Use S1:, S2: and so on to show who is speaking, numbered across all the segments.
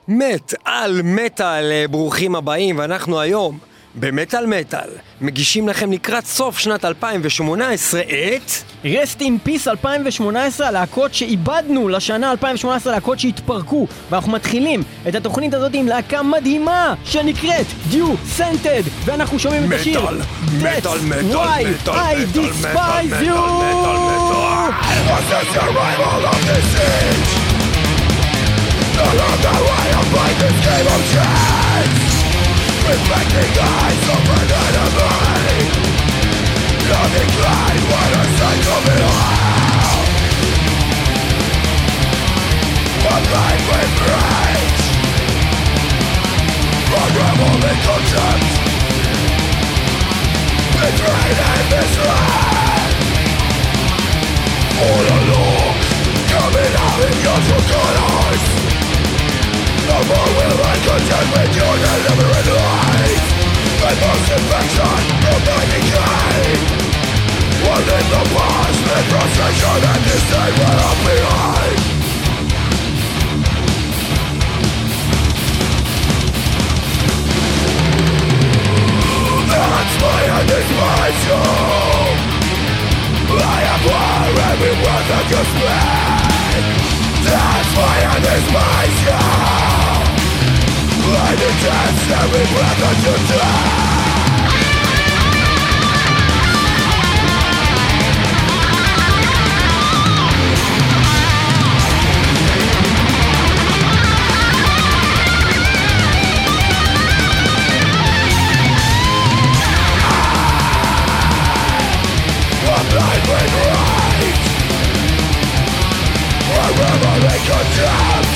S1: מת על מטל, ברוכים הבאים, ואנחנו היום במטל מטל מגישים לכם לקראת סוף שנת 2018 את
S2: Rest in Peace 2018, הלהקות שאיבדנו לשנה 2018, הלהקות שהתפרקו, ואנחנו מתחילים את התוכנית הזאת עם להקה מדהימה שנקראת Descended, ואנחנו שומעים את השיר
S1: מטל
S2: That's why I despise you.
S3: What's the survival of this age? Along the way I fight this game of chance, reflecting eyes of an enemy. Nothing glad when I sight of it all. I'm blind with rage, a rebel in contempt, betrayed and misread. All along, coming out in your good eyes. No more will I contend with your deliberate lies. And most infection from my decay. One in the past, the frustration and disdain were left behind. That's why I despise you. I abhor every word that you speak. That's why I despise you. I detest every breath that you take. I'm blind with rage, a rebel in contempt.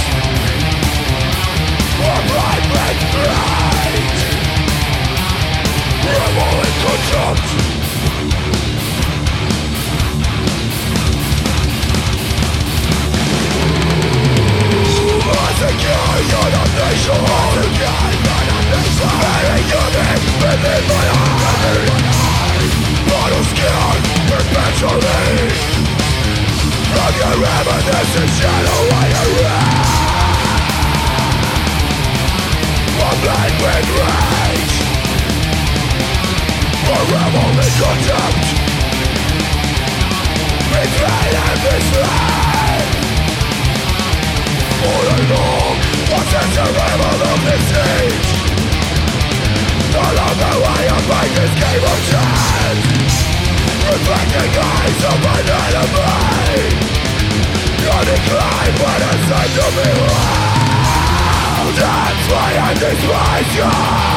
S3: I'm blind with rage, rebel in contempt. As a guardian of nation, any unit within my heart. Bottle scared perpetually from your reminiscent shadow I erect. I'm blind with rage, a rebel in contempt, betrayed and misled. All along, what's the survival of this age? Along the way I fight this game of chance, reflecting eyes of an enemy. You're declined when I sight to be loud. That's why I despise you.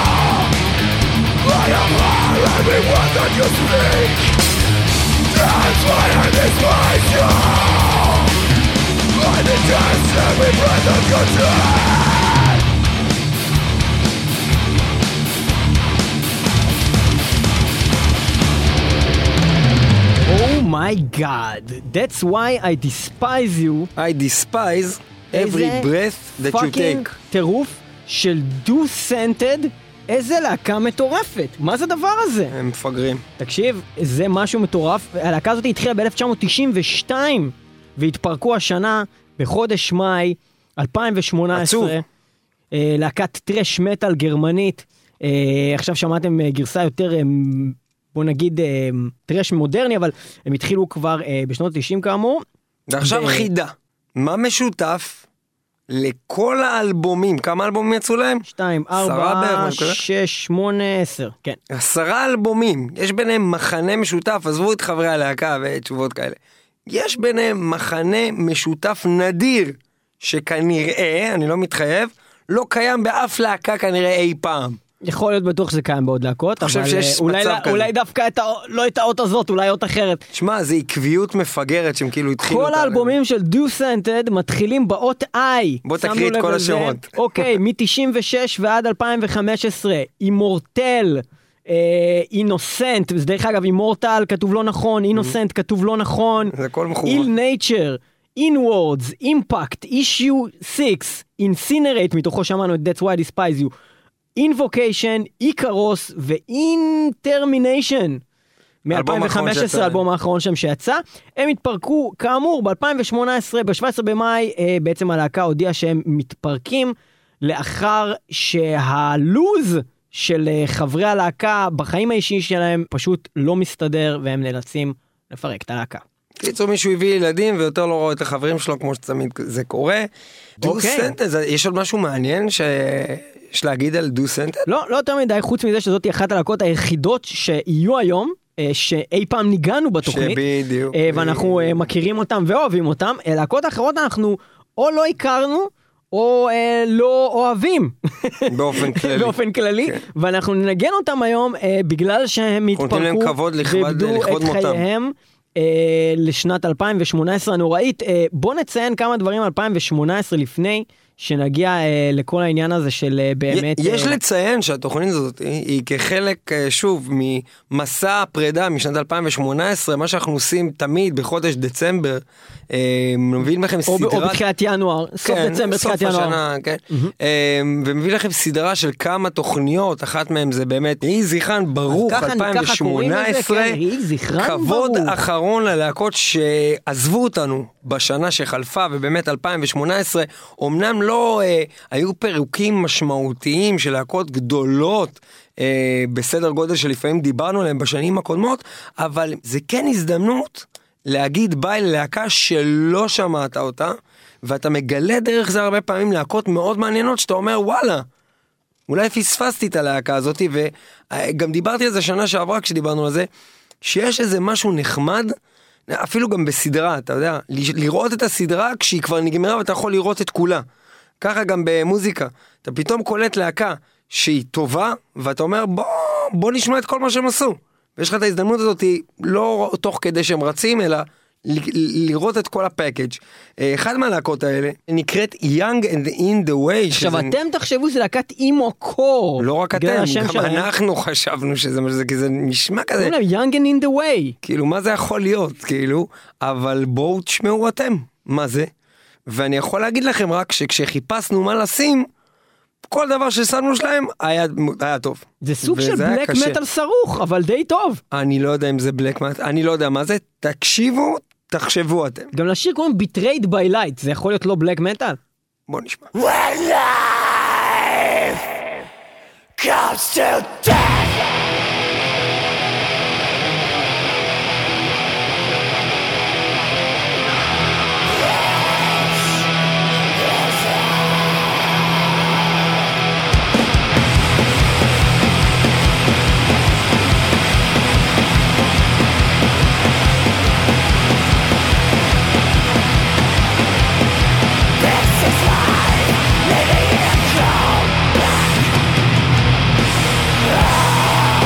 S3: I abhor every word that you speak. That's why I despise you. I detest every breath that you take.
S2: Oh my god, that's why I despise you.
S1: I despise every breath that you
S2: פאקינג
S1: take.
S2: טירוף של Descended. איזה להקה מטורפת, מה זה הדבר הזה?
S1: הם מפגרים.
S2: תקשיב, זה משהו מטורף. הלהקה הזאת התחילה ב-1992 והתפרקו השנה בחודש מאי 2018.
S1: עצוב.
S2: להקת טרש מטל גרמנית. עכשיו שמעתם גרסה יותר, בוא נגיד, טרש מודרני, אבל הם התחילו כבר בשנות ה-90 כאמור.
S1: ועכשיו חידה, מה משותף לכל האלבומים? כמה אלבומים יצאו להם?
S2: 2, 4, 6, 8, 10, כן.
S1: 10 אלבומים, יש ביניהם מחנה משותף, עזבו את חברי הלהקה ותשובות כאלה. יש ביניהם מחנה משותף נדיר, שכנראה, אני לא מתחייב, לא קיים באף להקה כנראה אי פעם.
S2: יכול להיות בטוח שזה קיים בעוד להקות, אבל אולי דווקא לא את האות הזאת, אולי אות אחרת.
S1: שמע, זה עקביות מפגרת שהם כאילו התחילו...
S2: כל האלבומים של Descended מתחילים באות I.
S1: בוא תקריא את כל השמות.
S2: אוקיי, מ-96 ועד 2015, Immortal, Innocent, זה דרך אגב, Immortal כתוב לא נכון, Innocent כתוב לא נכון,
S1: זה הכל מחובר.
S2: Ill Nature, Inwards, Impact, Issue 6, Incinerate, מתוכו שמענו את That's Why I Despise You, Invocation, Icarus ו-Intermination מ-2015, האלבום האחרון שם שיצא. הם התפרקו כאמור ב-2018, ב-17 במאי בעצם הלהקה הודיעה שהם מתפרקים לאחר שהלוז של חברי הלהקה בחיים האישיים שלהם פשוט לא מסתדר, והם נאלצים לפרק את הלהקה.
S1: קיצור, מישהו הביא ילדים ויותר לא רואה את החברים שלו, כמו שתמיד זה קורה. דו סנטנס, יש עוד משהו מעניין שיש להגיד על דו סנטנס?
S2: לא יותר מדי, חוץ מזה שזאת אחת הלהקות היחידות שיהיו היום, שאי פעם ניגענו בתוכנית,
S1: שבדיוק.
S2: ואנחנו מכירים אותם ואוהבים אותם. להקות האחרות אנחנו או לא הכרנו, או לא אוהבים.
S1: באופן כללי.
S2: באופן כללי, ואנחנו ננגן אותם היום בגלל שהם התפרקו ואיבדו את חייהם לשנת 2018 הנוראית. בוא נציין כמה דברים 2018 לפני שנגיע לכל העניין הזה של באמת...
S1: יש לציין שהתוכנית הזאת היא כחלק, שוב, ממסע הפרידה משנת 2018, מה שאנחנו עושים תמיד בחודש דצמבר, מביא לכם סדרה...
S2: או בתחילת ינואר, סוף דצמבר, תחילת ינואר.
S1: סוף השנה, כן. ומביא לכם סדרה של כמה תוכניות, אחת מהן זה באמת, יהי זכרן ברוך 2018, כבוד אחרון ללהקות שעזבו אותנו בשנה שחלפה, ובאמת 2018, אמנם לא היו פירוקים משמעותיים של להקות גדולות, בסדר גודל שלפעמים דיברנו עליהם בשנים הקודמות, אבל זה כן הזדמנות להגיד ביי ללהקה שלא שמעת אותה, ואתה מגלה דרך זה הרבה פעמים להקות מאוד מעניינות, שאתה אומר וואלה, אולי פספסתי את הלהקה הזאת, וגם דיברתי על זה שנה שעברה כשדיברנו על זה, שיש איזה משהו נחמד, אפילו גם בסדרה, אתה יודע, לראות את הסדרה כשהיא כבר נגמרה ואתה יכול לראות את כולה. ככה גם במוזיקה, אתה פתאום קולט להקה שהיא טובה, ואתה אומר בוא נשמע את כל מה שהם עשו. ויש לך את ההזדמנות הזאת, לא תוך כדי שהם רצים, אלא לראות את כל הפאקג'. אחד מהלהקות האלה נקראת Young and in the Way.
S2: עכשיו אתם תחשבו שזה להקת אימו קור.
S1: לא רק אתם, גם אנחנו חשבנו שזה מה שזה, כי זה נשמע כזה.
S2: Young and in the Way.
S1: כאילו מה זה יכול להיות, כאילו, אבל בואו תשמעו אתם, מה זה? ואני יכול להגיד לכם רק שכשחיפשנו מה לשים, כל דבר ששמנו שלהם היה טוב.
S2: זה סוג של בלק מטל סרוך, אבל די טוב.
S1: אני לא יודע אם זה בלק מטל, אני לא יודע מה זה, תקשיבו, תחשבו אתם.
S2: גם לשיר קוראים Betrayed by Light, זה יכול להיות לא בלק מטל?
S1: בוא נשמע.
S3: When life comes to death, living in cold black.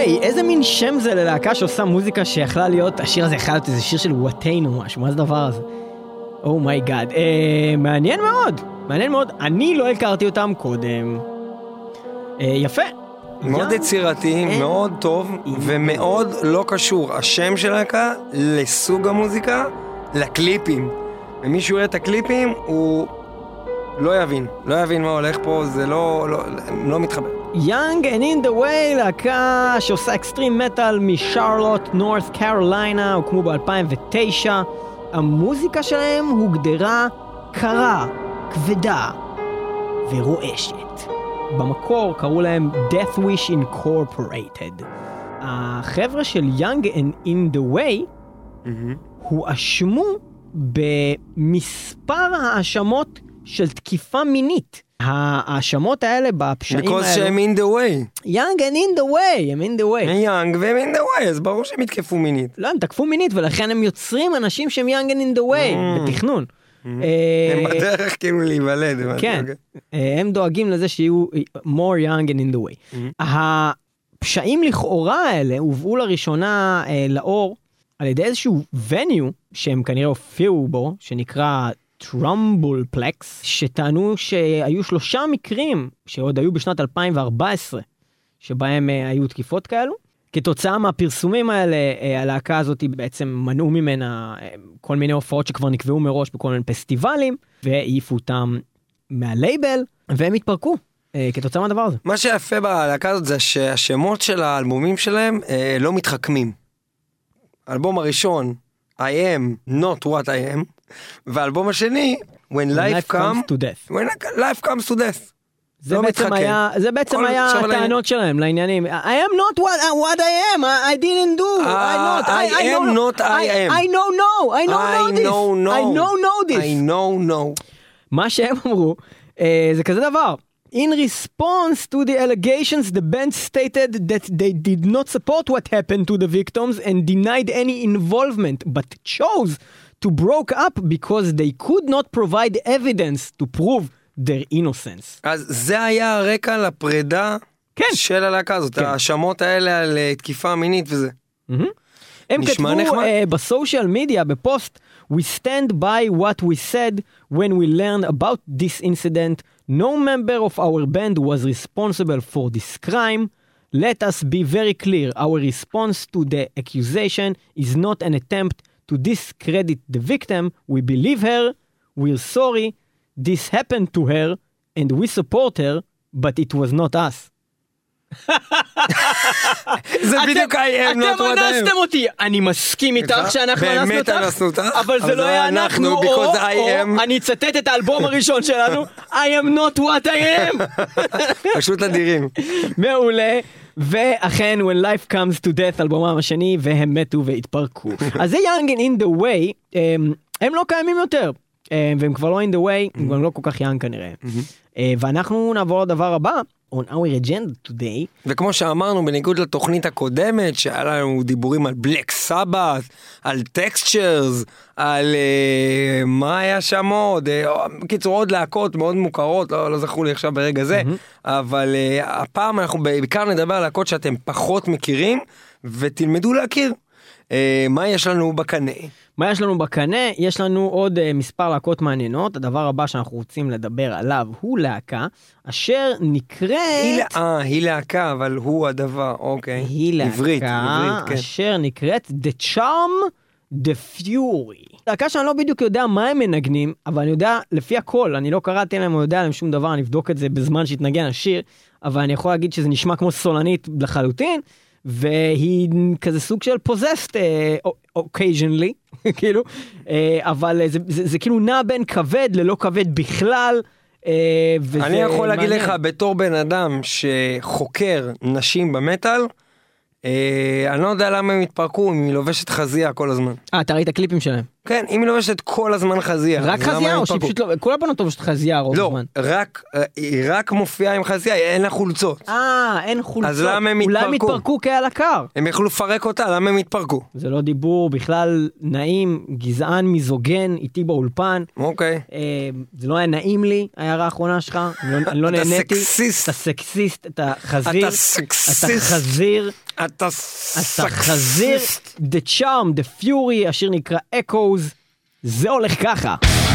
S2: Way, איזה מין שם זה ללהקה שעושה מוזיקה שיכלה להיות, השיר הזה יכול להיות איזה שיר של וואטיין או משהו, מה זה הדבר הזה? אומייגאד, מעניין מאוד, מעניין מאוד, אני לא הכרתי אותם קודם. יפה.
S1: מאוד יצירתי, מאוד טוב, ומאוד לא קשור. השם של הלהקה לסוג המוזיקה, לקליפים. ומי שיראה את הקליפים, הוא לא יבין מה הולך פה, זה לא מתחבר.
S2: Young and in the Way, להקה שעושה אקסטרים מטל משרלוט, נורת' קרוליינה, הוקמו ב-2009. המוזיקה שלהם הוגדרה קרה, כבדה ורועשת. במקור קראו להם Death Wish Incorporated. החבר'ה של Young and in the Way הואשמו במספר האשמות של תקיפה מינית. האשמות האלה בפשעים האלו...
S1: Because שהם in the way.
S2: Young and in the way, הם in the way.
S1: Young והם in the way, אז ברור שהם התקפו מינית.
S2: לא, הם תקפו מינית, ולכן הם יוצרים אנשים שהם Young and in the way, בתכנון.
S1: הם בדרך כאילו להיוולד.
S2: כן, הם דואגים לזה שיהיו more young and in the way. הפשעים לכאורה האלה הובאו לראשונה לאור על ידי איזשהו וניו שהם כנראה הופיעו בו, שנקרא טרומבולפלקס, שטענו שהיו 3 מקרים שעוד היו בשנת 2014, שבהם היו תקיפות כאלו. כתוצאה מהפרסומים האלה, הלהקה הזאת בעצם מנעו ממנה כל מיני הופעות שכבר נקבעו מראש בכל מיני פסטיבלים, והעיפו אותם מהלייבל, והם התפרקו כתוצאה מהדבר הזה.
S1: מה שיפה בלהקה הזאת זה שהשמות של האלבומים שלהם לא מתחכמים. האלבום הראשון, I am not what I am, והאלבום השני, When Life Comes to Death. When Life Comes to Death.
S2: זה בעצם היה הטענות שלהם לעניינים. I am not what I am, I didn't do,
S1: I am not I am.
S2: I know this. מה שהם אמרו, זה כזה דבר. In response to the allegations, the band stated that they did not support what happened to the victims and denied any involvement, but chose to break up because they could not provide evidence to prove their innocence.
S1: אז זה היה הרקע לפרידה של הלהקה הזאת, האשמות האלה על תקיפה מינית וזה.
S2: הם כתבו בסושיאל מדיה, בפוסט, We stand by what we said when we learned about this incident. No member of our band was responsible for this crime. Let us be very clear. Our response to the accusation is not an attempt to discredit the victim. We believe her. We're sorry. This happened to her and we support her, but it was not us.
S1: זה בדיוק I am not what I am.
S2: אתם אנסתם אותי. אני מסכים איתך שאנחנו אנסנו אותך, אבל זה לא היה אנחנו, או אני אצטט את האלבום הראשון שלנו, I am not what I am.
S1: פשוט אדירים.
S2: מעולה. ואכן, When Life Comes to Death, אלבומם השני, והם מתו והתפרקו. אז זה Young and in the Way, הם לא קיימים יותר. והם כבר לא in the way, הם גם לא כל כך young כנראה. ואנחנו נעבור לדבר הבא, on our agenda today.
S1: וכמו שאמרנו, בניגוד לתוכנית הקודמת, שהיה לנו דיבורים על Black Sabbath, על Textures, על מה היה שם עוד, בקיצור עוד להקות מאוד מוכרות, לא זכו לי עכשיו ברגע זה, אבל הפעם אנחנו בעיקר נדבר על להקות שאתם פחות מכירים, ותלמדו להכיר. מה יש לנו בקנה?
S2: מה יש לנו בקנה? יש לנו עוד מספר להקות מעניינות. הדבר הבא שאנחנו רוצים לדבר עליו הוא להקה אשר נקראת...
S1: היא להקה, אבל הוא הדבר, אוקיי.
S2: היא להקה
S1: עברית, כן.
S2: אשר נקראת The Charm, The Fury. להקה שאני לא בדיוק יודע מה הם מנגנים, אבל אני יודע לפי הכל, אני לא קראתי להם או יודע להם שום דבר, אני אבדוק את זה בזמן שהתנגן השיר, אבל אני יכול להגיד שזה נשמע כמו סולנית לחלוטין, והיא כזה סוג של possessed occasionally, כאילו, אבל זה כאילו נע בין כבד ללא כבד בכלל.
S1: אני יכול להגיד לך, בתור בן אדם שחוקר נשים במטל, אני לא יודע למה הם התפרקו, אם היא לובשת חזייה כל הזמן.
S2: אתה ראית קליפים שלהם?
S1: כן, אם היא לובשת כל הזמן חזייה.
S2: רק
S1: אז למה
S2: חזייה
S1: הם
S2: או שהיא
S1: יתפרקו?
S2: פשוט לא... כל הבנות לובשת חזייה רוב
S1: לא,
S2: הזמן.
S1: היא רק מופיעה עם חזייה, אין לה חולצות.
S2: אין חולצות.
S1: אז למה הם
S2: אולי הם
S1: התפרקו?
S2: יתפרקו כעל הקר.
S1: הם יכלו לפרק אותה, למה הם התפרקו?
S2: זה לא דיבור בכלל נעים, גזען, מיזוגן, איתי באולפן.
S1: אוקיי.
S2: זה לא היה נעים לי, ההערה האחרונה שלך, אני לא
S1: אתה
S2: נהניתי.
S1: סקסיסט.
S2: אתה סקסיסט, אתה חזיר.
S1: אתה סקסיסט.
S2: אתה חזיר.
S1: אתה
S2: אתה חזיר. The Charm, The Fury, השיר נקרא Echoes. זה הולך ככה.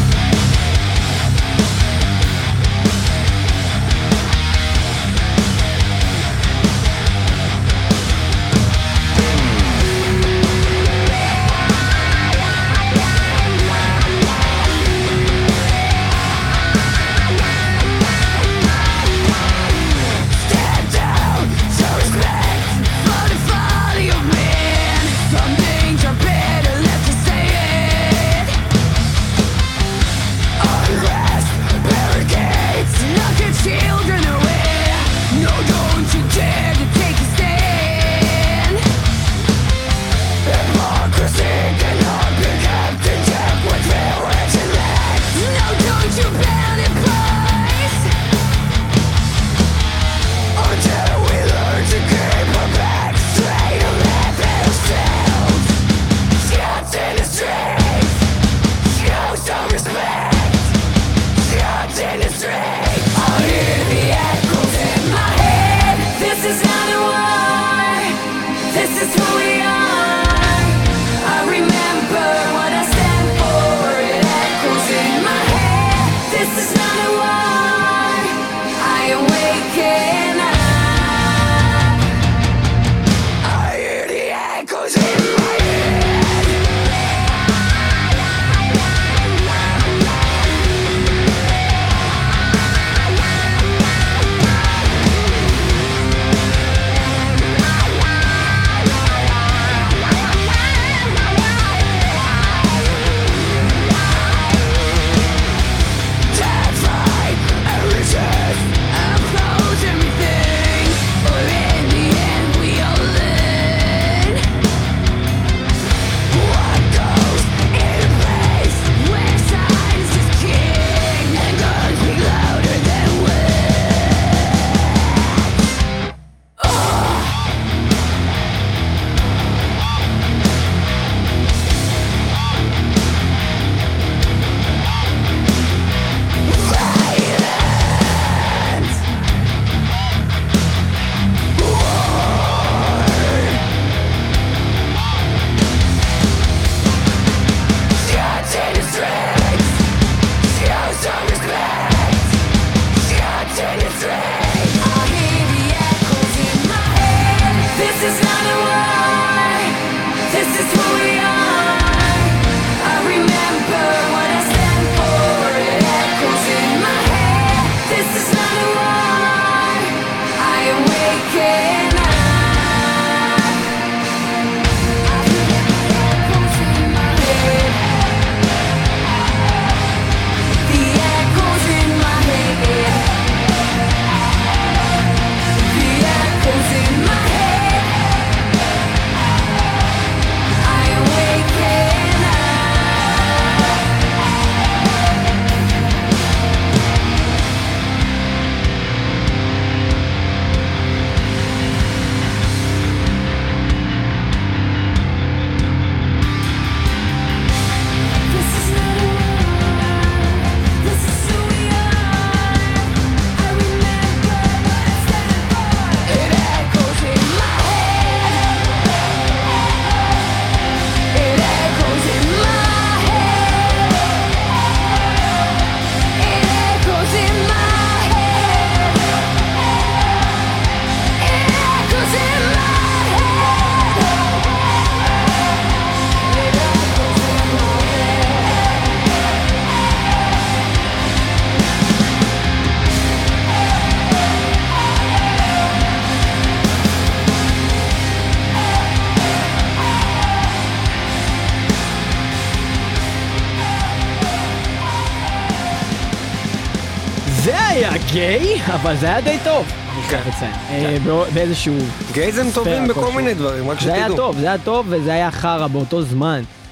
S2: זה היה גיי, אבל זה היה די טוב. אני חייב לציין. באיזשהו...
S1: גייז הם טובים בכל מיני דברים, רק
S2: זה היה
S1: שתדעו.
S2: טוב, זה היה טוב וזה היה חרא באותו זמן.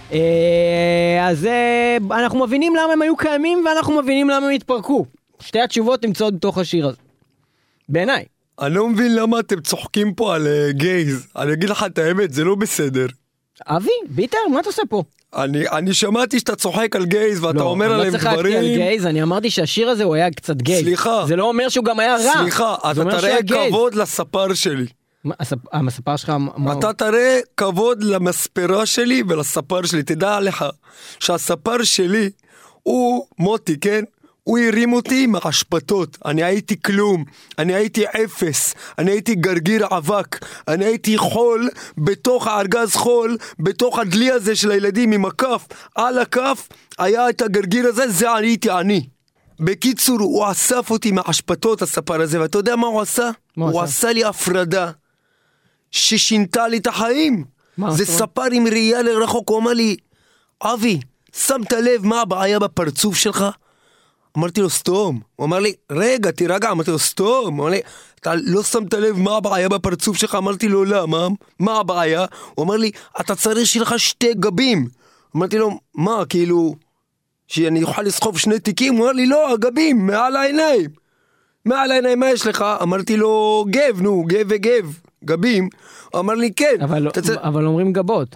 S2: אז אנחנו מבינים למה הם היו קיימים, ואנחנו מבינים למה הם התפרקו. שתי התשובות נמצאות בתוך השיר הזה. בעיניי.
S1: אני לא מבין למה אתם צוחקים פה על גייז. אני אגיד לך את האמת, זה לא בסדר.
S2: אבי, ביטר, מה אתה עושה פה?
S1: אני שמעתי שאתה צוחק על גייז ואתה אומר עליהם דברים.
S2: לא צחקתי על גייז, אני אמרתי שהשיר הזה הוא היה קצת גייז.
S1: סליחה.
S2: זה לא אומר שהוא גם היה רע.
S1: סליחה, אתה תראה כבוד לספר שלי.
S2: המספר שלך...
S1: אתה תראה כבוד למספרה שלי ולספר שלי. תדע לך שהספר שלי הוא מוטי, כן? הוא הרים אותי מהשפטות, אני הייתי כלום, אני הייתי אפס, אני הייתי גרגיר אבק, אני הייתי חול בתוך הארגז חול, בתוך הדלי הזה של הילדים עם הכף, על הכף היה את הגרגיר הזה, זה הייתי אני. בקיצור, הוא אסף אותי מהשפטות הספר הזה, ואתה יודע מה הוא עשה? הוא עשה לי הפרדה ששינתה לי את החיים. זה ספר עם ראייה לרחוק, הוא אמר לי, אבי, שמת לב מה הבעיה בפרצוף שלך? אמרתי לו סתום, הוא אמר לי רגע תירגע, אמרתי לו סתום, הוא אמר לי אתה לא שמת לב מה הבעיה בפרצוף שלך? אמרתי לו למה? מה הבעיה? הוא אמר לי אתה צריך שיהיה לך שתי גבים. אמרתי לו מה כאילו שאני אוכל לסחוב שני תיקים? הוא אמר לי לא, הגבים מעל העיניים. מעל העיניים מה יש לך? אמרתי לו גב, נו גב וגב, גבים. הוא אמר לי כן.
S2: אבל אומרים גבות.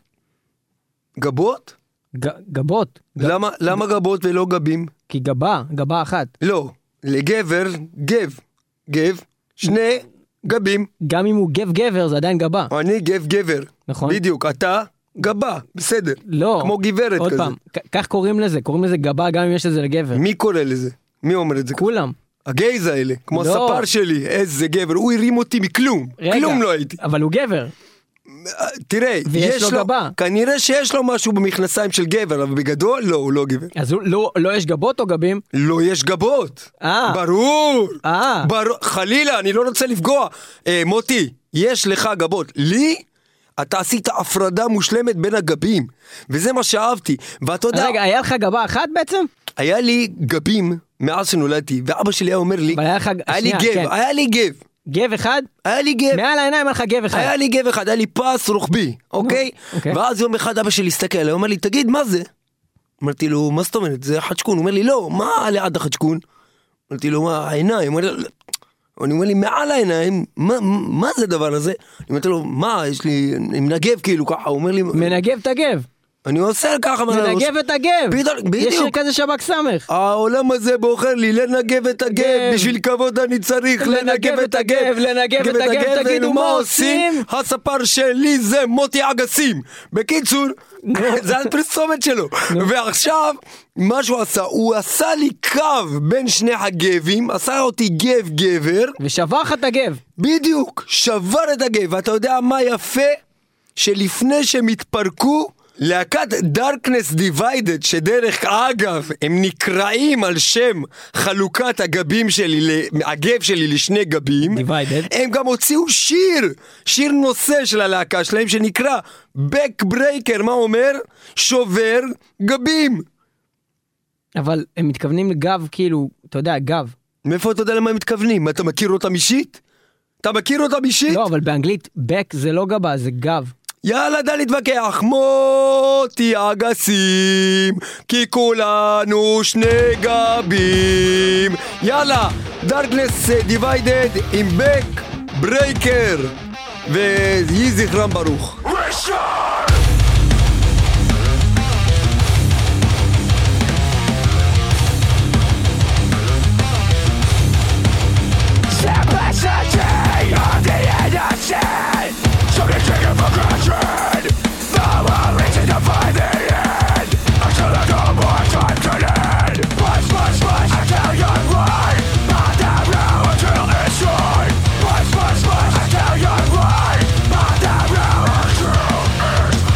S1: גבות?
S2: גבות.
S1: למה גבות ולא גבים?
S2: כי גבה אחת.
S1: לא, לגבר, גב, שני גבים.
S2: גם אם הוא גבר זה עדיין גבה.
S1: אני גבר.
S2: נכון.
S1: בדיוק, אתה גבה, בסדר.
S2: לא.
S1: כמו גברת כזה.
S2: עוד פעם, כך קוראים לזה גבה גם אם יש לזה לגבר.
S1: מי קורא לזה? מי אומר את זה?
S2: כולם.
S1: הגייז האלה, כמו הספר שלי, איזה גבר, הוא הרים אותי מכלום. כלום לא הייתי.
S2: אבל הוא גבר.
S1: תראה,
S2: ויש לו גבה.
S1: כנראה שיש לו משהו במכנסיים של גבר, אבל בגדול לא, הוא לא גבר.
S2: אז לא יש גבות או גבים?
S1: לא יש גבות. ברור. חלילה, אני לא רוצה לפגוע. מוטי, יש לך גבות. לי, אתה עשית הפרדה מושלמת בין הגבים, וזה מה שאהבתי. ואתה יודע...
S2: רגע, היה לך גבה אחת בעצם?
S1: היה לי גבים מאז שנולדתי, ואבא שלי היה אומר לי, היה לי גב.
S2: גב אחד?
S1: היה לי גב.
S2: מעל העיניים היה לך גב אחד.
S1: היה לי גב אחד, היה לי פס רוחבי, אוקיי? ואז יום אחד אבא שלי הסתכל, הוא אומר לי, תגיד, מה זה? אמרתי לו, מה זאת אומרת? זה חדשקון. הוא אומר לי, לא, מה ליד החדשקון? אמרתי לו, מה, העיניים? אני אומר לי, מעל העיניים, מה זה הדבר הזה? אני אמרתי לו, מה, יש לי, אני מנגב כאילו ככה, הוא אומר לי...
S2: מנגב את הגב.
S1: אני עושה ככה...
S2: מנגב את הגב.
S1: בדיוק.
S2: יש שיר כזה שבק סמך.
S1: העולם הזה בוחר לי לנגב את הגב, בשביל כבוד אני צריך לנגב את הגב.
S2: לנגב את הגב, תגידו מה עושים?
S1: הספר שלי זה מוטי אגסים. בקיצור, זה הפרסומת שלו. ועכשיו, מה שהוא עשה, הוא עשה לי קו בין שני הגבים, עשה אותי גב גבר.
S2: ושבר לך את הגב.
S1: בדיוק, שבר את הגב. ואתה יודע מה יפה? שלפני שהם התפרקו, להקת Darkness Divided, שדרך אגב הם נקראים על שם חלוקת הגבים שלי, הגב שלי לשני גבים,
S2: Divided.
S1: הם גם הוציאו שיר נושא של הלהקה שלהם שנקרא Backbreaker. מה אומר? שובר גבים.
S2: אבל הם מתכוונים לגב, כאילו, אתה יודע, גב.
S1: מאיפה אתה יודע למה הם מתכוונים? אתה מכיר אותם אישית? אתה מכיר אותם אישית?
S2: לא, אבל באנגלית back זה לא גבה, זה גב.
S1: יאללה דה להתווכח, מוטי אגסים, כי כולנו שני גבים. יאללה, Darkness Divided עם Backbreaker, ויהי זכרם ברוך.
S3: Taken for granted, now we're reaching to find the end. Until there's no more time to end. Push, push, push, until you're right. Not that round until it's right. Push, push, push, until you're right. Not that round until it's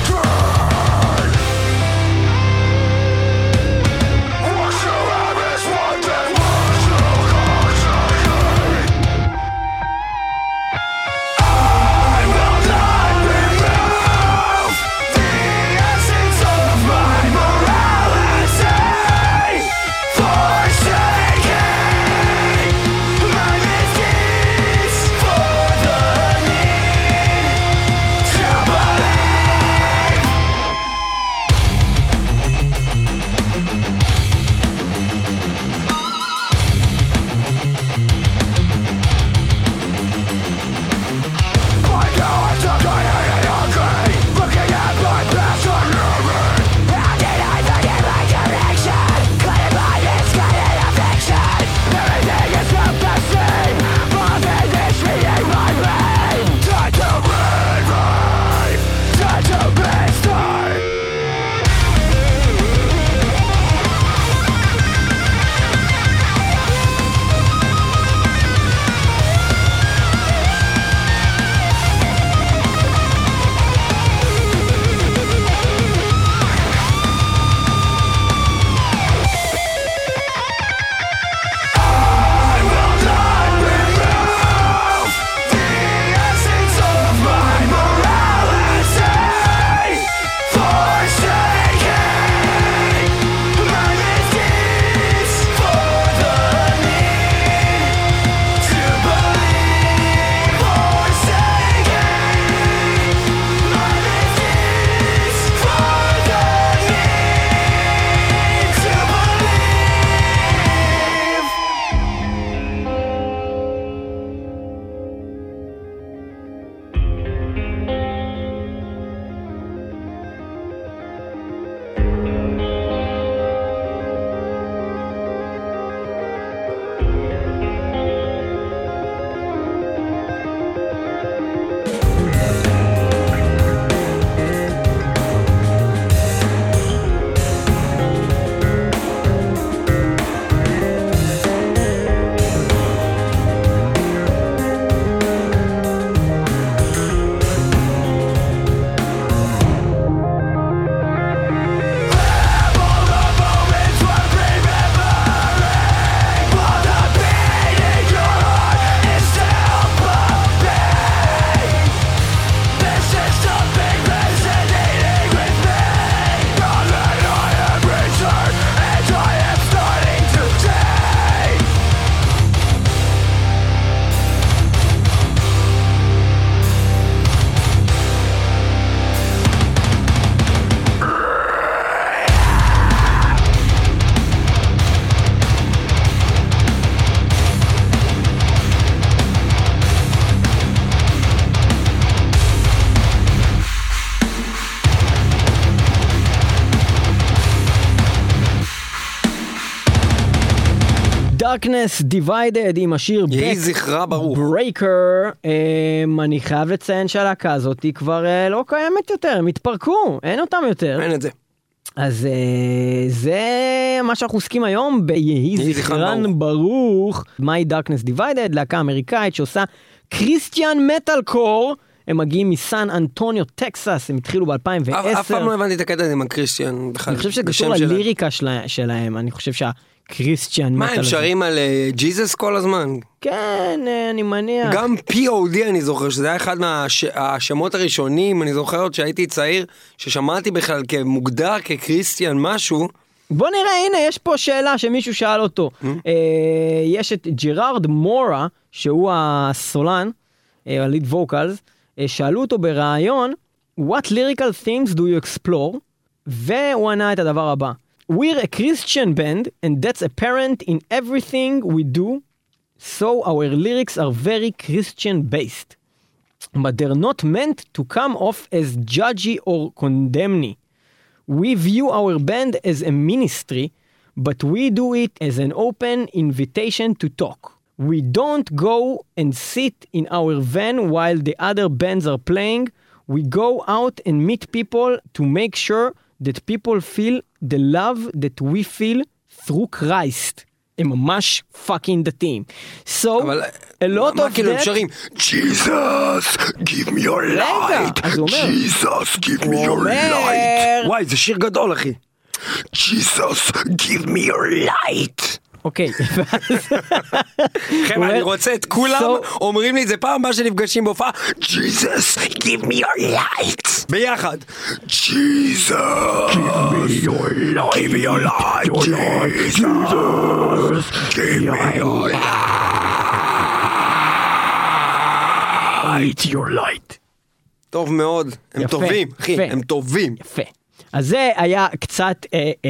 S2: Darkness Divided עם השיר
S1: יהי זכרה ברוך.
S2: Breaker. אני חייב לציין שהלהקה הזאת היא כבר לא קיימת יותר, הם התפרקו, אין אותם יותר.
S1: אין את זה.
S2: אז זה מה שאנחנו עוסקים היום ביהי זכרן ברוך. מהי Darkness Divided, להקה אמריקאית שעושה קריסטיאן מטל קור. הם מגיעים מסן אנטוניו, טקסס, הם התחילו ב-2010.
S1: אף פעם לא הבנתי את הקטע עם הקריסטיאן.
S2: אני חושב שזה קשור לליריקה שלהם, אני חושב שהקריסטיאן מטל...
S1: מה, הם שרים על ג'יזוס כל הזמן?
S2: כן, אני מניח.
S1: גם POD אני זוכר, שזה היה אחד מהשמות הראשונים, אני זוכר עוד שהייתי צעיר, ששמעתי בכלל כמוגדר כקריסטיאן משהו.
S2: בוא נראה, הנה, יש פה שאלה שמישהו שאל אותו. יש את ג'רארד מורה, שהוא הסולן, הליד ווקלס, שאלו אותו ברעיון, What lyrical themes do you explore? והוא ענה את הדבר הבא. We're a Christian band, and that's apparent in everything we do, so our lyrics are very Christian-based. But they're not meant to come off as judgy or condemning. We view our band as a ministry, but we do it as an open invitation to talk. We don't go and sit in our van while the other bands are playing. We go out and meet people to make sure that people feel the love that we feel through Christ. הם ממש fucking דתיים. So, a lot of that...
S1: שרים,
S3: Jesus, give me your light. Jesus, give me your light.
S1: וואי, זה שיר גדול, אחי.
S3: Jesus, give me your light.
S2: אוקיי.
S1: חבר'ה, אני רוצה את כולם, אומרים לי את זה פעם הבאה שנפגשים בהופעה,
S3: Jesus, give me your light.
S1: ביחד.
S3: Jesus, give me your light. Give me your light. Jesus, give me your light. Your light.
S1: טוב מאוד, הם טובים, אחי, הם טובים.
S2: יפה. אז זה היה קצת...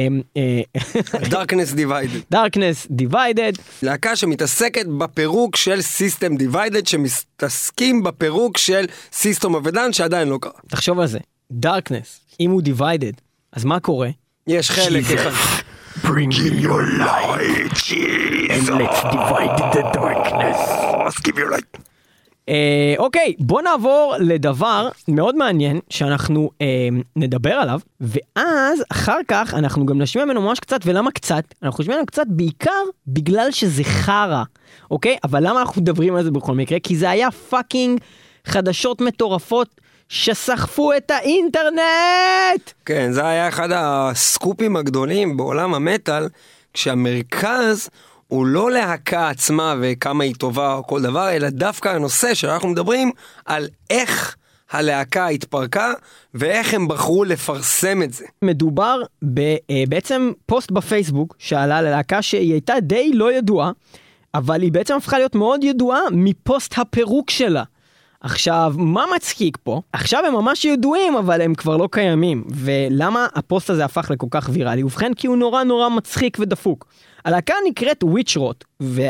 S1: Darkness Divided.
S2: Darkness Divided.
S1: להקה שמתעסקת בפירוק של System Divided, שמתעסקים בפירוק של System of a Down, שעדיין לא קרה.
S2: תחשוב על זה. Darkness, אם הוא Divided, אז מה קורה?
S1: יש חלק אחד.
S3: Bring in your light, Jesus. And let's divide the darkness. Let's give your light.
S2: אוקיי, בוא נעבור לדבר מאוד מעניין שאנחנו נדבר עליו, ואז אחר כך אנחנו גם נשמיע ממנו ממש קצת, ולמה קצת? אנחנו נשמיע ממנו קצת בעיקר בגלל שזה חרה, אוקיי? אבל למה אנחנו מדברים על זה בכל מקרה? כי זה היה פאקינג חדשות מטורפות שסחפו את האינטרנט!
S1: כן, זה היה אחד הסקופים הגדולים בעולם המטל, כשהמרכז הוא לא להקה עצמה וכמה היא טובה או כל דבר, אלא דווקא הנושא שאנחנו מדברים על איך הלהקה התפרקה ואיך הם בחרו לפרסם את זה.
S2: מדובר בעצם פוסט בפייסבוק שעלה ללהקה שהיא הייתה די לא ידועה, אבל היא בעצם הפכה להיות מאוד ידועה מפוסט הפירוק שלה. עכשיו, מה מצחיק פה? עכשיו הם ממש ידועים, אבל הם כבר לא קיימים. ולמה הפוסט הזה הפך לכל כך ויראלי? ובכן, כי הוא נורא נורא מצחיק ודפוק. הלהקה נקראת וויצ'רוט,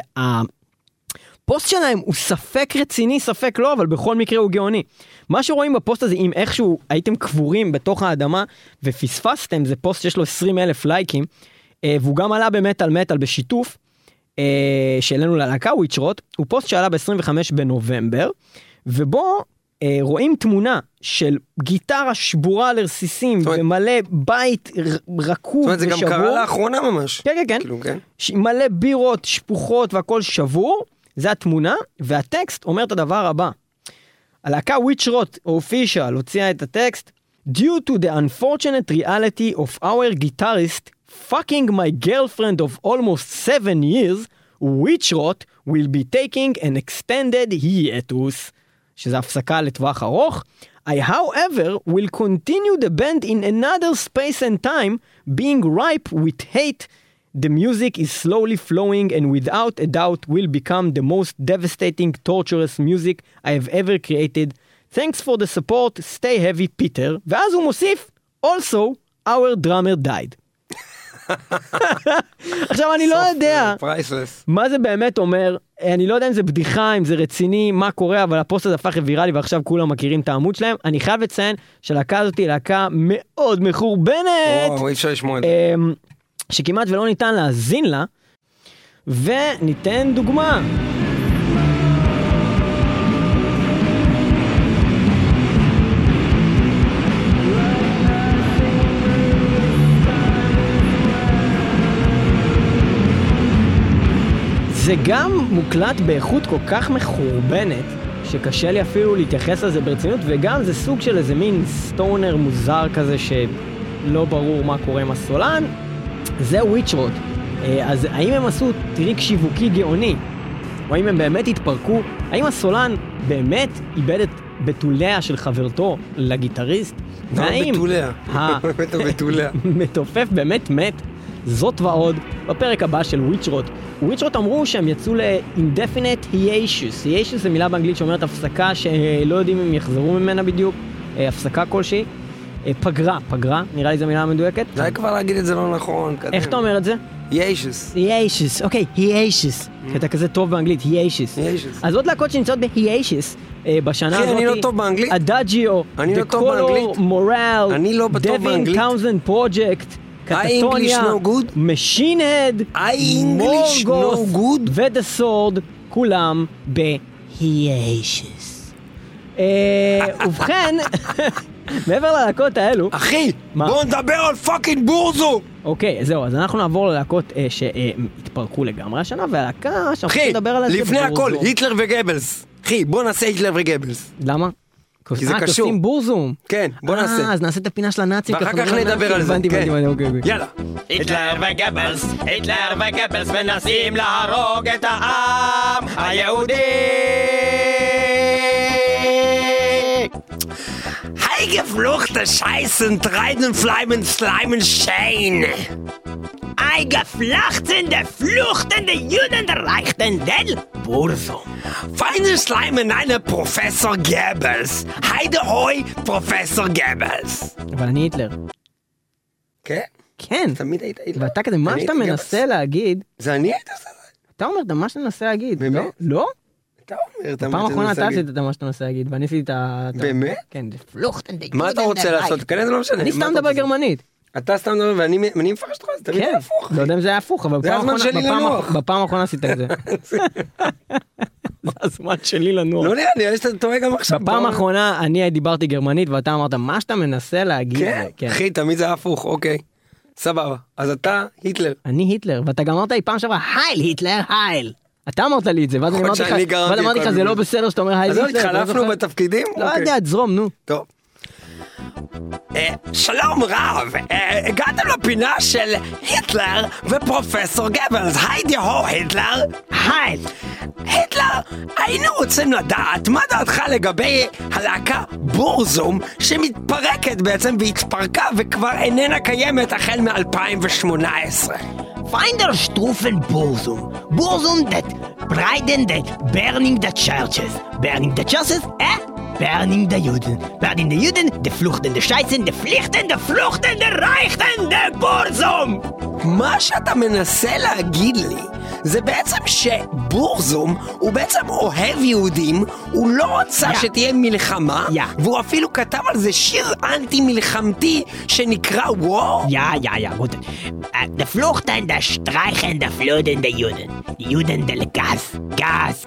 S2: והפוסט שלהם הוא ספק רציני, ספק לא, אבל בכל מקרה הוא גאוני. מה שרואים בפוסט הזה, אם איכשהו הייתם קבורים בתוך האדמה ופספסתם, זה פוסט שיש לו 20,000 לייקים, והוא גם עלה במטל בשיתוף, שאלינו ללהקה וויצ'רוט, הוא פוסט שעלה ב-25 בנובמבר, ובו רואים תמונה של גיטרה שבורה לרסיסים ומלא בית רקוב ושבור.
S1: זאת אומרת, זה גם קרה לאחרונה ממש.
S2: כן, כן, כן. מלא בירות, שפוכות והכל שבור, זה התמונה, והטקסט אומר את הדבר הבא. הלהקה וויצ'רוט אופישל הוציאה את הטקסט, Due to the unfortunate reality of our guitarist fucking my girlfriend of almost 7 years, וויצ'רוט will be taking an extended hiatus. שזה הפסקה לטווח ארוך. I, however, will continue the band in another space and time, being ripe with hate. The music is slowly flowing and without a doubt will become the most devastating, torturous music I have ever created. Thanks for the support, stay heavy, Peter. ואז הוא מוסיף, also, our drummer died. עכשיו אני לא יודע מה זה באמת אומר, אני לא יודע אם זה בדיחה, אם זה רציני, מה קורה, אבל הפוסט הזה הפך ויראלי ועכשיו כולם מכירים את העמוד שלהם. אני חייב לציין שהלהקה הזאת היא להקה מאוד מחורבנת,
S1: אי אפשר לשמוע את זה,
S2: שכמעט ולא ניתן להזין לה, וניתן דוגמה. זה גם מוקלט באיכות כל כך מחורבנת, שקשה לי אפילו להתייחס לזה ברצינות, וגם זה סוג של איזה מין סטונר מוזר כזה שלא ברור מה קורה עם הסולן. זה וויצ'רוט. אז האם הם עשו טריק שיווקי גאוני? או האם הם באמת התפרקו? האם הסולן באמת איבד את בתוליה של חברתו לגיטריסט? והאם המתופף באמת מת? זאת ועוד בפרק הבא של וויצ'רוט. וויצ'רוט אמרו שהם יצאו ל-indefinite hiatus. hiatus זה מילה באנגלית שאומרת הפסקה שלא יודעים אם יחזרו ממנה בדיוק, הפסקה כלשהי. פגרה, נראה לי זו מילה המדויקת.
S1: די כבר להגיד את זה לא נכון.
S2: איך אתה אומר את זה?
S1: hiatus.
S2: hiatus, אוקיי, hiatus. אתה כזה טוב באנגלית, hiatus. אז עוד להקות שנמצאות ב-hiatus בשנה הזאת.
S1: אני לא טוב באנגלית.
S2: אדאג'יו,
S1: אני לא טוב באנגלית.
S2: מורל,
S1: אני לא טוב באנגלית.
S2: דווין טאונזנד פרוג'קט, קטטוניה, משין-הד, מורגות ודה סורד, כולם ב-hiatus. ובכן, מעבר ללהקות האלו...
S1: אחי, בואו נדבר על פאקינג בורזו!
S2: אוקיי, זהו, אז אנחנו נעבור ללהקות שהתפרקו לגמרי השנה, והלהקה שאנחנו נדבר על זה
S1: בורזו. לפני הכל, היטלר וגבלס. אחי, בוא נעשה היטלר וגבלס.
S2: למה?
S1: כי זה קשור.
S2: תעשים בורזום.
S1: כן, בוא נעשה.
S2: אז נעשה את הפינה של הנאצים.
S1: ואחר כך נדבר על זה, כן. יאללה.
S4: היטלר וגבלס מנסים להרוג את העם היהודי.
S1: Eingefluchte Scheißen, Treiden, Fleimen, Schleimen, Schein.
S4: Eingeflachtende, fluchtende Juden reichten del Bursum.
S1: Feine Schleimen, eine Professor Goebbels. Heide hoi, Professor Goebbels.
S2: אבל אני היטלר.
S1: כן?
S2: כן.
S1: תמיד היית היטלר.
S2: ואתה כזה, מה שאתה מנסה להגיד...
S1: זה אני הייתי עושה זה.
S2: אתה אומר, אתה מה שאתה מנסה להגיד.
S1: באמת?
S2: לא?
S1: אתה אומר, אתה
S2: פעם אחרונה אתה עשית את מה שאתה מנסה להגיד, ואני עשיתי את ה...
S1: באמת?
S2: כן, פלוכטנד.
S1: מה אתה רוצה לעשות? כן, זה לא משנה.
S2: אני סתם מדבר גרמנית.
S1: אתה סתם מדבר, ואני מפרש אותך, זה תמיד הפוך.
S2: לא יודע אם זה היה הפוך, אבל
S1: זה הזמן שלי לנוח.
S2: בפעם האחרונה עשית את זה. זה הזמן שלי לנוח.
S1: לא נראה, נראה לי שאתה טועה גם עכשיו.
S2: בפעם האחרונה אני דיברתי גרמנית, ואתה אמרת, מה שאתה מנסה להגיד?
S1: כן, אחי, תמיד זה הפוך, אוקיי. סבבה. אז אתה היטלר.
S2: אני היטלר, ואתה גם אמרת לי פעם שעברה, הייל היטלר, הייל. אתה אמרת לי את זה, ואז אמרתי לך, זה לא בסדר שאתה אומר הייל היטלר.
S1: אז לא התחלפנו בתפקידים?
S2: לא יודע, תזרום, נו.
S1: טוב. שלום רב, הגעתם לפינה של היטלר ופרופסור גבלס. היידי הו היטלר. היי. היטלר, היינו רוצים לדעת מה דעתך לגבי הלהקה בורזום שמתפרקת בעצם והתפרקה וכבר איננה קיימת החל מ-2018.
S4: Finder Stufen Bursum. Bursum that breiden that burning the churches. Burning the churches, burning the Juden. Burning the Juden, the Fluchten, the Scheißen, the Pflichten, the Fluchten, the Reichten, the Bursum.
S1: מה שאתה מנסה להגיד לי זה בעצם שבורזום הוא בעצם אוהב יהודים, הוא לא רוצה שתהיה מלחמה, והוא אפילו כתב על זה שיר אנטי מלחמתי שנקרא וור.
S4: gut. The Fluchten, the Streichen, the Fluten, the Juden. Juden, the Gas.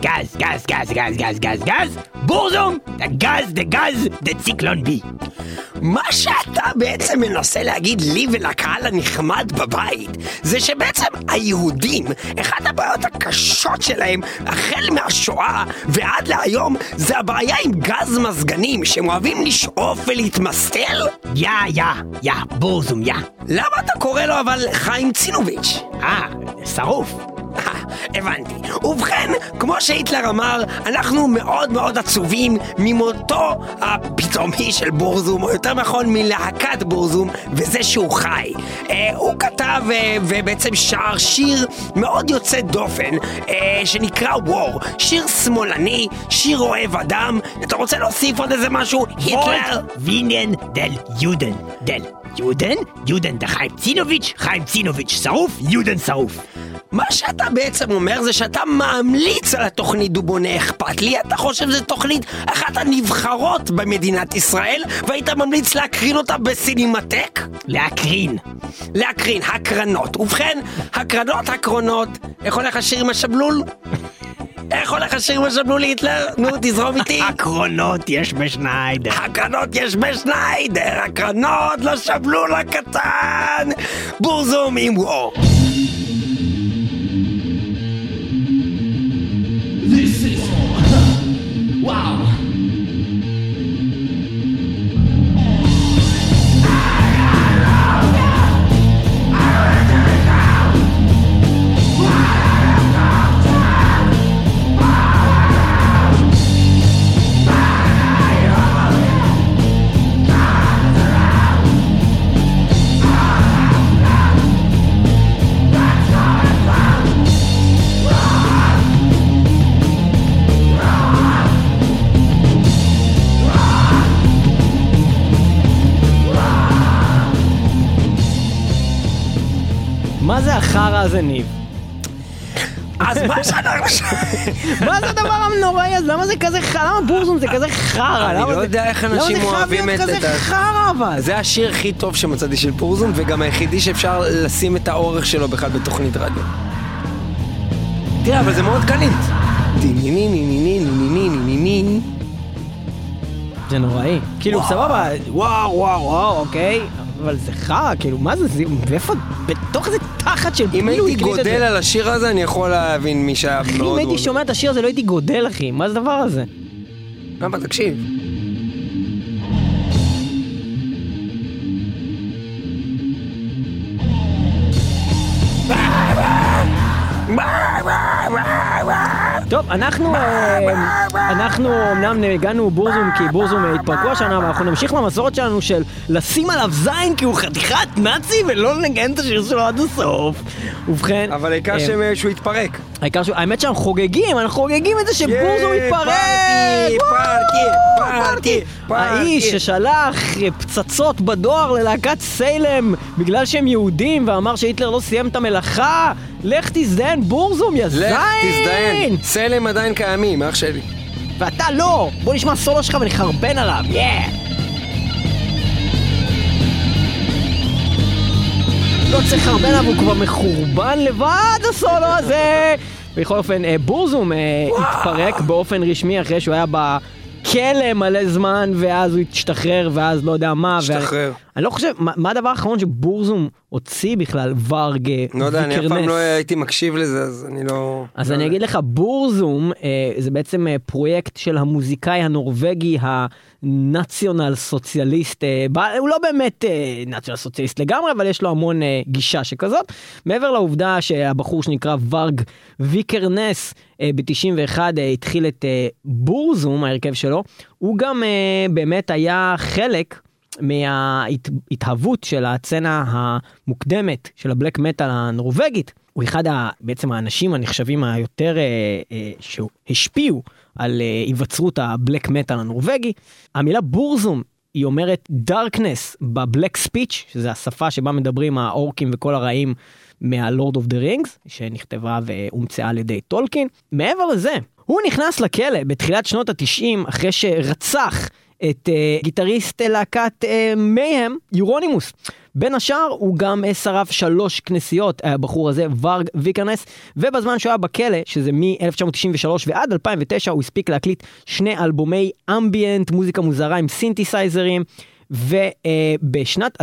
S4: Bursum, the Gas, the Zyklon B.
S1: מה שאתה בעצם מנסה להגיד לי ולקהל הנחמד בבית זה שבעצם היהודים, אחת הבעיות הקשות שלהם החל מהשואה ועד להיום זה הבעיה עם גז מזגנים שהם אוהבים לשאוף ולהתמסטל?
S4: בורזום,
S1: למה אתה קורא לו אבל חיים צינוביץ'?
S4: שרוף.
S1: הבנתי. ובכן, כמו שהיטלר אמר, אנחנו מאוד מאוד עצובים ממותו הפתאומי של בורזום, או יותר נכון מלהקת בורזום, וזה שהוא חי. הוא כתב ובעצם שר שיר מאוד יוצא דופן, שנקרא וור. שיר שמאלני, שיר אוהב אדם. אתה רוצה להוסיף עוד איזה משהו? היטלר?
S4: וינן דל יודן. יודן דה חיים צינוביץ', שרוף, יודן שרוף.
S1: מה שאתה בעצם אומר זה שאתה ממליץ על התוכנית דובונה אכפת לי, אתה חושב שזו תוכנית אחת הנבחרות במדינת ישראל, והיית ממליץ להקרין אותה בסינמטק?
S4: להקרין.
S1: להקרין הקרנות. ובכן, הקרנות הקרונות, איך הולך השיר עם השבלול? איך הולך השיר עם השבלול היטלר? נו, תזרום איתי.
S4: הקרונות יש בשניידר.
S1: הקרנות יש בשניידר, הקרנות לשבלול הקטן. בורזום עם וור.
S3: This is wow.
S2: מה זה החרא הזה, ניב?
S1: אז מה שאנחנו...
S2: מה זה הדבר הנוראי הזה? למה זה כזה חרא? למה בורזום זה כזה חרא?
S1: אני לא יודע איך אנשים אוהבים את
S2: למה זה חייב להיות כזה חרא אבל?
S1: זה השיר הכי טוב שמצאתי של בורזום, וגם היחידי שאפשר לשים את האורך שלו בכלל בתוכנית רדיו. תראה, אבל זה מאוד קליט.
S2: זה נוראי. כאילו, סבבה, וואו, אוקיי. אבל זה חרא, כאילו, מה זה? ואיפה? בתוך איזה תחת של
S1: אם
S2: פילו
S1: הייתי גודל על השיר הזה, אני יכול להבין מי שהיה מאוד...
S2: אם הייתי שומע את השיר הזה, לא הייתי גודל, אחי. מה זה הדבר הזה?
S1: למה, תקשיב.
S2: טוב, אנחנו אמנם הגענו בורזום כי בורזום התפרקו השנה, אבל אנחנו נמשיך במסורת שלנו של לשים עליו זין כי הוא חתיכת נאצי ולא לנגן את השיר שלו עד הסוף. ובכן...
S1: אבל העיקר שהוא יתפרק.
S2: האמת שאנחנו חוגגים את זה שבורזום יתפרק!
S1: פארטי!
S2: האיש ששלח פצצות בדואר ללהקת סיילם בגלל שהם יהודים ואמר שהיטלר לא סיים את המלאכה. לך תזדיין בורזום, יא זין!
S1: לך תזדיין! סיילם עדיין קיימים, אח שלי.
S2: ואתה לא! בוא נשמע סולו שלך ונחרבן עליו, לא צריך לחרבן עליו, הוא כבר מחורבן לבד הסולו הזה! בכל אופן, בורזום התפרק באופן רשמי אחרי שהוא היה בכלא מלא זמן, ואז הוא התשתחרר, ואז לא יודע מה.
S1: השתחרר.
S2: אני לא חושב, מה הדבר האחרון שבורזום הוציא בכלל? ורג,
S1: לא יודע, אני אף פעם לא הייתי מקשיב לזה, אז אני לא...
S2: אז אני אגיד לך, בורזום זה בעצם פרויקט של המוזיקאי הנורווגי הנציונל סוציאליסט, הוא לא באמת נציונל סוציאליסט לגמרי, אבל יש לו המון גישה שכזאת. מעבר לעובדה שהבחור שנקרא ורג ויקרנס ב-91 התחיל את בורזום, ההרכב שלו, הוא גם באמת היה חלק מההתהוות של הצנה המוקדמת של הבלק מטל הנורווגית. הוא אחד בעצם האנשים הנחשבים היותר שהשפיעו על היווצרות הבלק מטל הנורווגי. המילה בורזום היא אומרת דארקנס בבלק ספיץ', שזה השפה שבה מדברים האורקים וכל הרעים מהלורד אוף דה רינגס, שנכתבה והומצאה על ידי טולקין. מעבר לזה, הוא נכנס לכלא בתחילת שנות ה-90 אחרי שרצח את גיטריסט להקת מייהם, יורונימוס. בין השאר הוא גם שרף 3 כנסיות, הבחור הזה, ורג ויקרנס, ובזמן שהוא היה בכלא, שזה מ-1993 ועד 2009, הוא הספיק להקליט 2 אלבומי אמביאנט, מוזיקה מוזרה עם סינתסייזרים, ובשנת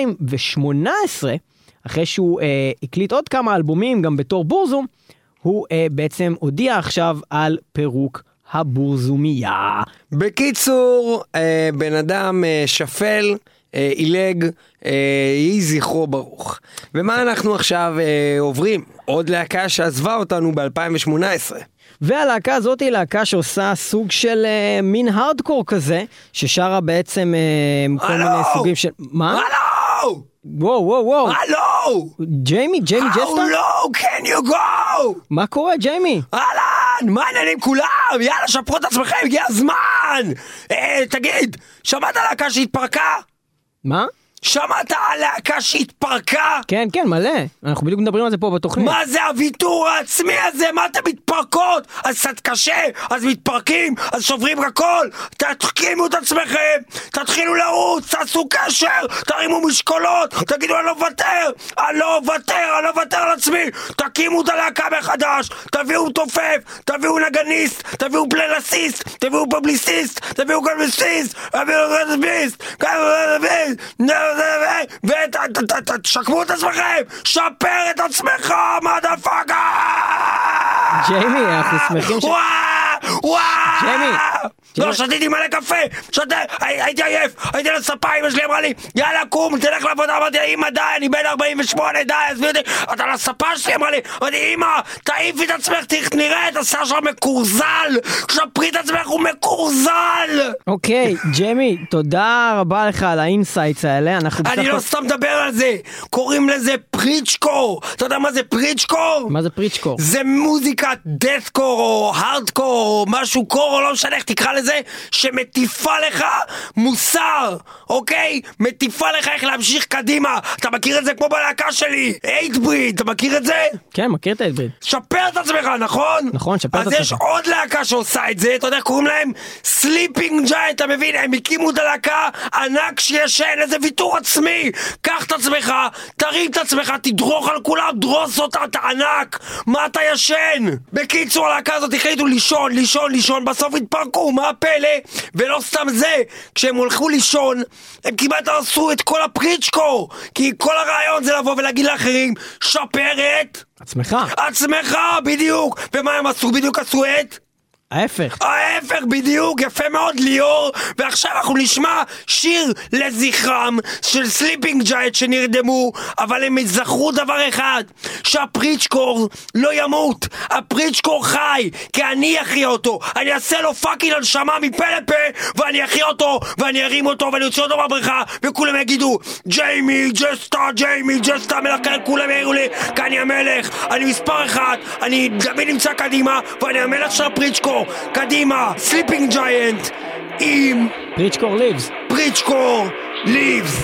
S2: 2018, אחרי שהוא הקליט עוד כמה אלבומים, גם בתור בורזום, הוא בעצם הודיע עכשיו על פירוק הבורזומיה.
S1: בקיצור, בן אדם שפל, אילג, יהי זכרו ברוך. ומה אנחנו עכשיו עוברים? עוד להקה שעזבה אותנו ב-2018.
S2: והלהקה הזאת היא להקה שעושה סוג של מין הארדקור כזה, ששרה בעצם כל מיני סוגים של... מה?
S1: הלו!
S2: וואו.
S1: הלו!
S2: ג'יימי ג'סטה?
S1: How low can you go?
S2: מה קורה, ג'יימי?
S1: אהלן, מה העניינים כולם? יאללה, שפרו את עצמכם, הגיע הזמן! תגיד, שמעת להקה שהתפרקה?
S2: מה?
S1: שמעת על להקה שהתפרקה?
S2: כן, כן, מלא. אנחנו בדיוק מדברים על זה פה בתוכנית.
S1: מה זה הוויתור העצמי הזה? מה אתם מתפרקות? אז קצת קשה, אז מתפרקים, אז שוברים הכל. תתקימו את עצמכם, תתחילו לרוץ, תעשו קשר, תרימו משקולות, תגידו אני לא מוותר, אני לא מוותר על עצמי. תקימו את הלהקה מחדש, תביאו תופף, תביאו נגניסט, תביאו פלייליסט, תביאו פובליסיסט, תביאו קלביסיסט, תביאו רדביסט, ותשקמו את עצמכם, שפר את עצמך, מדפאקה!
S2: ג'יימי, אנחנו שמחים ג'יימי!
S1: לא, שתיתי מלא קפה, הייתי עייף, הייתי לספה, אמא שלי אמרה לי, יאללה קום, תלך לעבודה, אמרתי, אמא די, אני בן 48, די, עזבי אותי, אתה לספה שלי, אמרה לי, אמרתי, אמא, תעיפי את עצמך, נראה את השיער שלך מקורזל, שפרי את עצמך, הוא מקורזל!
S2: אוקיי, ג'יימי, תודה רבה לך על האינסייטס האלה,
S1: אני לא סתם מדבר על זה, קוראים לזה פריצ'קור, אתה יודע מה זה פריצ'קור?
S2: מה זה פריצ'קור?
S1: זה מוזיקת דאת'קור או הארדקור או משהו קור או לא משנה איך תקרא לזה, שמטיפה לך מוסר, אוקיי? מטיפה לך איך להמשיך קדימה. אתה מכיר את זה כמו בלהקה שלי, 8 ברית, אתה מכיר את זה?
S2: כן, מכיר את 8 ברית.
S1: שפר את עצמך, נכון?
S2: נכון, שפר את עצמך.
S1: אז יש עוד להקה שעושה את זה, אתה יודע, קוראים להם סליפינג ג'יינט, אתה מבין? הם הקימו את הלהקה ענק שישן, איזה ויתור עצמי. קח את עצמך, תרים את עצמך, תדרוך על כולם, דרוס אותה, אתה ענק. מה אתה ישן? בקיצור, הלהקה הזאת החליטו לישון, בסוף התפרקו, מה הפלא? ולא סתם זה, כשהם הולכו לישון, הם כמעט הרסו את כל הפריצ'קור, כי כל הרעיון זה לבוא ולהגיד לאחרים, שפרת עצמך, בדיוק. ומה הם עשו? בדיוק עשו את?
S2: ההפך
S1: בדיוק, יפה מאוד ליאור. ועכשיו אנחנו נשמע שיר לזכרם של סליפינג ג'יינט שנרדמו, אבל הם זכרו דבר אחד, שהפריצ'קור לא ימות, הפריצ'קור חי, כי אני אחיה אותו, אני אעשה לו פאקינג הנשמה מפה לפה, ואני אחיה אותו, ואני ארים אותו, ואני אוציא אותו מהבריכה, וכולם יגידו ג'יימי ג'סטה מלך, כולם יראו לי, כי אני המלך, אני מספר אחד, אני תמיד נמצא קדימה, ואני המלך של הפריצ'קור. קדימה, סליפינג ג'יינט עם
S2: פריצ'קור
S1: ליבס.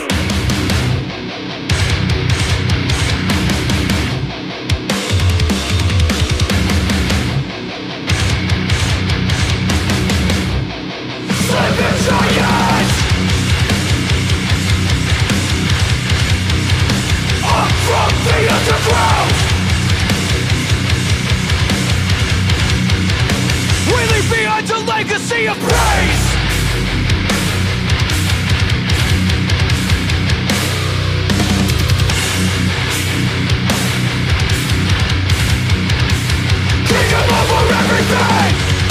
S3: A legacy of praise. Kingdom over everything.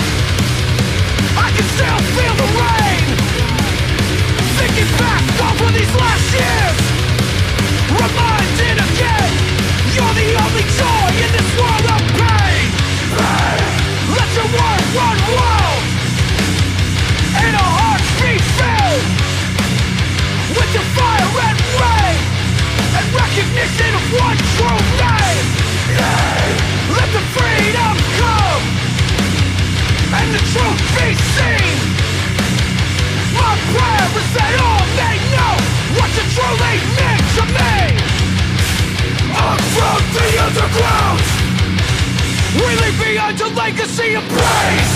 S3: I can still feel the rain. Thinking back over these last years, reminded again, you're the only joy in this world of pain. Let your word run wild, and our hearts be filled with your fire and rain, and recognition of one true name. Let the freedom come, and the truth be seen. My prayer is that all may know what you truly mean to me. I'm from the underground. We leave behind a legacy of praise.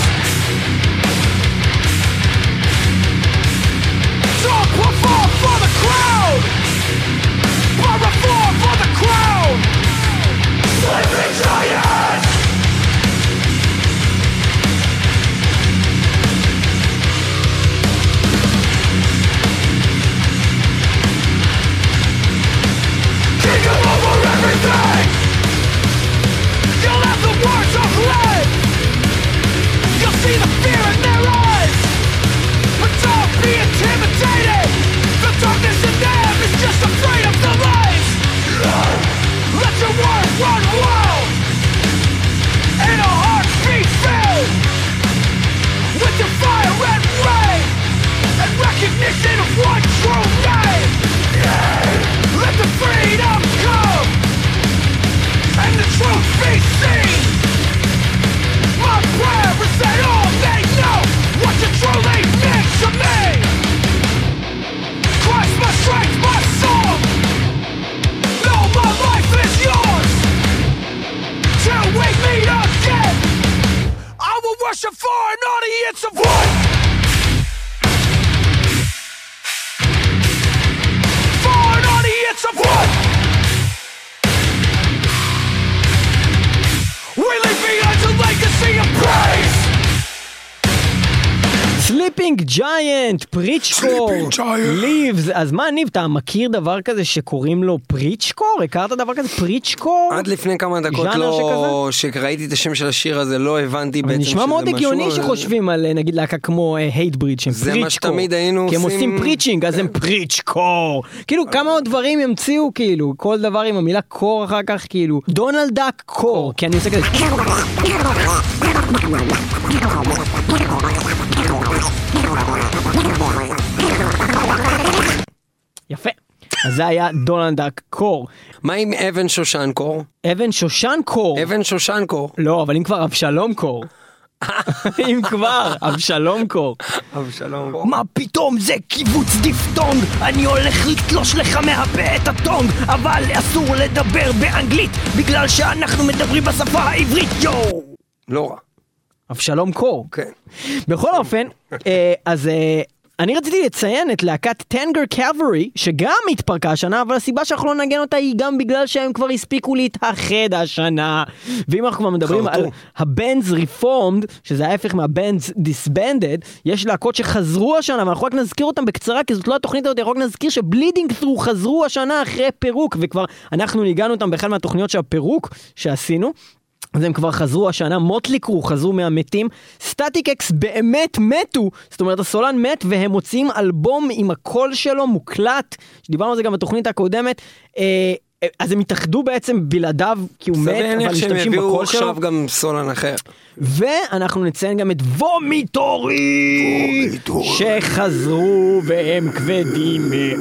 S3: Don't perform for the crowd, but reform for the crown. Sleeping giant. Kingdom over everything. You'll have the words of lead. You'll
S2: Sleeping Giant, פריצ'קור, Leaves. אז מה, ניב, אתה מכיר דבר כזה שקוראים לו פריצ'קור? הכרת דבר כזה, פריצ'קור?
S1: עד לפני כמה דקות לא, שראיתי את השם של השיר הזה, לא הבנתי בעצם שזה משהו.
S2: נשמע מאוד הגיוני שחושבים על, נגיד, להקה כמו Hatebreed, שהם פריצ'קור.
S1: זה מה שתמיד היינו עושים.
S2: כי הם עושים פריצ'ינג, אז הם פריצ'קור. כאילו, כמה עוד דברים ימציאו, כאילו, כל דבר עם המילה קור אחר כך, כאילו, דונלד דאק קור, כי אני עושה כזה. יפה. אז זה היה דונלד דאק קור.
S1: מה עם אבן שושן קור?
S2: אבן שושן קור?
S1: אבן שושן קור.
S2: לא, אבל אם כבר אבשלום קור. אם כבר, אבשלום קור.
S1: אבשלום קור.
S4: מה פתאום זה קיבוץ דיפטונג? אני הולך לתלוש לך מהפה את הטונג, אבל אסור לדבר באנגלית בגלל שאנחנו מדברים בשפה העברית, יו!
S1: לא רע.
S2: אבשלום קור.
S1: כן.
S2: בכל אופן, אז אני רציתי לציין את להקת טנגר קלברי, שגם התפרקה השנה, אבל הסיבה שאנחנו לא נגן אותה היא גם בגלל שהם כבר הספיקו להתאחד השנה. ואם אנחנו כבר מדברים על הבנדס ריפורמד, שזה ההפך מהבנדס דיסבנדד, יש להקות שחזרו השנה, ואנחנו רק נזכיר אותם בקצרה, כי זאת לא התוכנית הזאת, רק נזכיר שבלידינג ת'רו חזרו השנה אחרי פירוק, וכבר אנחנו ניגענו אותם באחד מהתוכניות של הפירוק שעשינו. אז הם כבר חזרו השנה, מוטלי קרו חזרו מהמתים, סטטיק אקס באמת מתו, זאת אומרת הסולן מת, והם מוציאים אלבום עם הקול שלו מוקלט, שדיברנו על זה גם בתוכנית הקודמת, אז הם התאחדו בעצם בלעדיו, כי הוא מת, אבל משתמשים בקול שלו.
S1: עכשיו גם סולן אחר.
S2: ואנחנו נציין גם את וומיטורי, שחזרו והם כבדים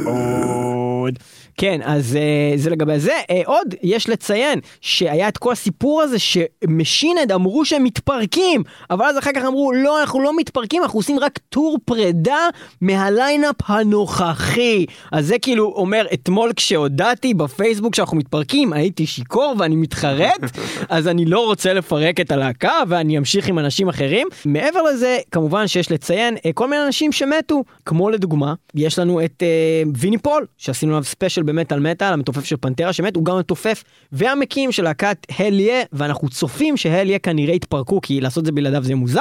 S2: מאוד. כן, אז זה לגבי זה. עוד יש לציין שהיה את כל הסיפור הזה שמשינד אמרו שהם מתפרקים, אבל אז אחר כך אמרו, לא, אנחנו לא מתפרקים, אנחנו עושים רק טור פרידה מהליינאפ הנוכחי. אז זה כאילו אומר, אתמול כשהודעתי בפייסבוק שאנחנו מתפרקים, הייתי שיקור ואני מתחרט, אז אני לא רוצה לפרק את הלהקה ואני אמשיך עם אנשים אחרים. מעבר לזה, כמובן שיש לציין כל מיני אנשים שמתו, כמו לדוגמה, יש לנו את ויני פול, שעשינו עליו ספיישל במטל מטל, המתופף של פנטרה שמת, הוא גם מתופף והמקים של להקת הליה, ואנחנו צופים שהליה כנראה התפרקו, כי לעשות זה בלעדיו זה מוזר.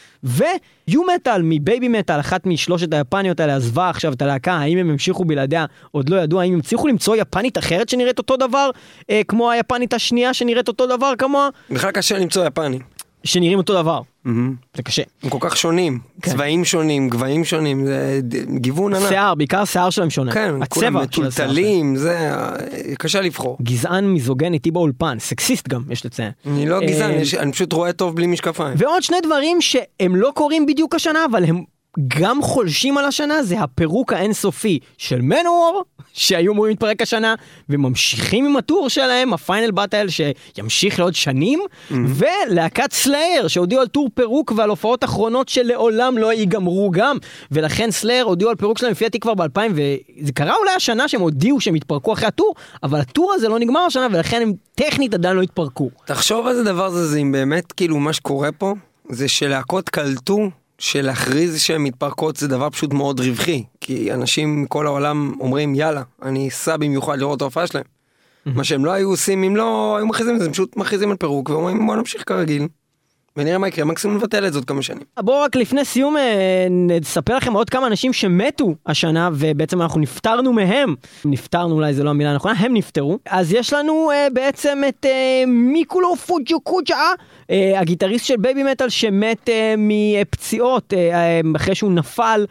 S2: ויו מטל מבייבי מטל, אחת משלושת היפניות האלה, עזבה עכשיו את הלהקה, האם הם המשיכו בלעדיה, עוד לא ידעו, האם הם הצליחו למצוא יפנית אחרת שנראית אותו דבר, כמו היפנית השנייה שנראית אותו דבר כמוה?
S1: בכלל קשה למצוא יפני.
S2: שנראים אותו דבר. זה קשה.
S1: הם כל כך שונים, צבעים שונים, גבעים שונים, זה גיוון ענק.
S2: שיער, בעיקר שיער שלהם שונה.
S1: כן, כולם מטולטלים, זה קשה לבחור.
S2: גזען מיזוגן איתי באולפן, סקסיסט גם, יש לציין.
S1: אני לא גזען, אני פשוט רואה טוב בלי משקפיים.
S2: ועוד שני דברים שהם לא קורים בדיוק השנה, אבל הם גם חולשים על השנה, זה הפירוק האינסופי של מנוור, שהיו אמורים להתפרק השנה, וממשיכים עם הטור שלהם, הפיינל באטל שימשיך לעוד שנים, ולהקת סלייר, שהודיעו על טור פירוק ועל הופעות אחרונות שלעולם לא ייגמרו גם, ולכן סלייר הודיעו על פירוק שלהם לפי עתי כבר ב-2000, וזה קרה אולי השנה שהם הודיעו שהם התפרקו אחרי הטור, אבל הטור הזה לא נגמר השנה, ולכן הם טכנית עדיין לא התפרקו.
S1: תחשוב על זה דבר זה, אם באמת כאילו מה שקורה פה, זה שלהקות קלטו, שלהכריז שהן מתפרקות זה דבר פשוט מאוד רווחי, כי אנשים מכל העולם אומרים, יאללה, אני אסע במיוחד לראות את ההופעה שלהם. מה שהם לא היו עושים, אם לא היו מכריזים את זה, הם פשוט מכריזים על פירוק, ואומרים, בוא נמשיך כרגיל, ונראה מה יקרה, מקסימום נבטל את זאת כמה שנים.
S2: בואו רק לפני סיום נספר לכם עוד כמה אנשים שמתו השנה, ובעצם אנחנו נפטרנו מהם. נפטרנו, אולי זה לא המילה הנכונה, הם נפטרו. אז יש לנו בעצם את מיקולו פוג'וקוג'ה, הגיטריסט של בייבי מטל שמת מפציעות אחרי שהוא נפל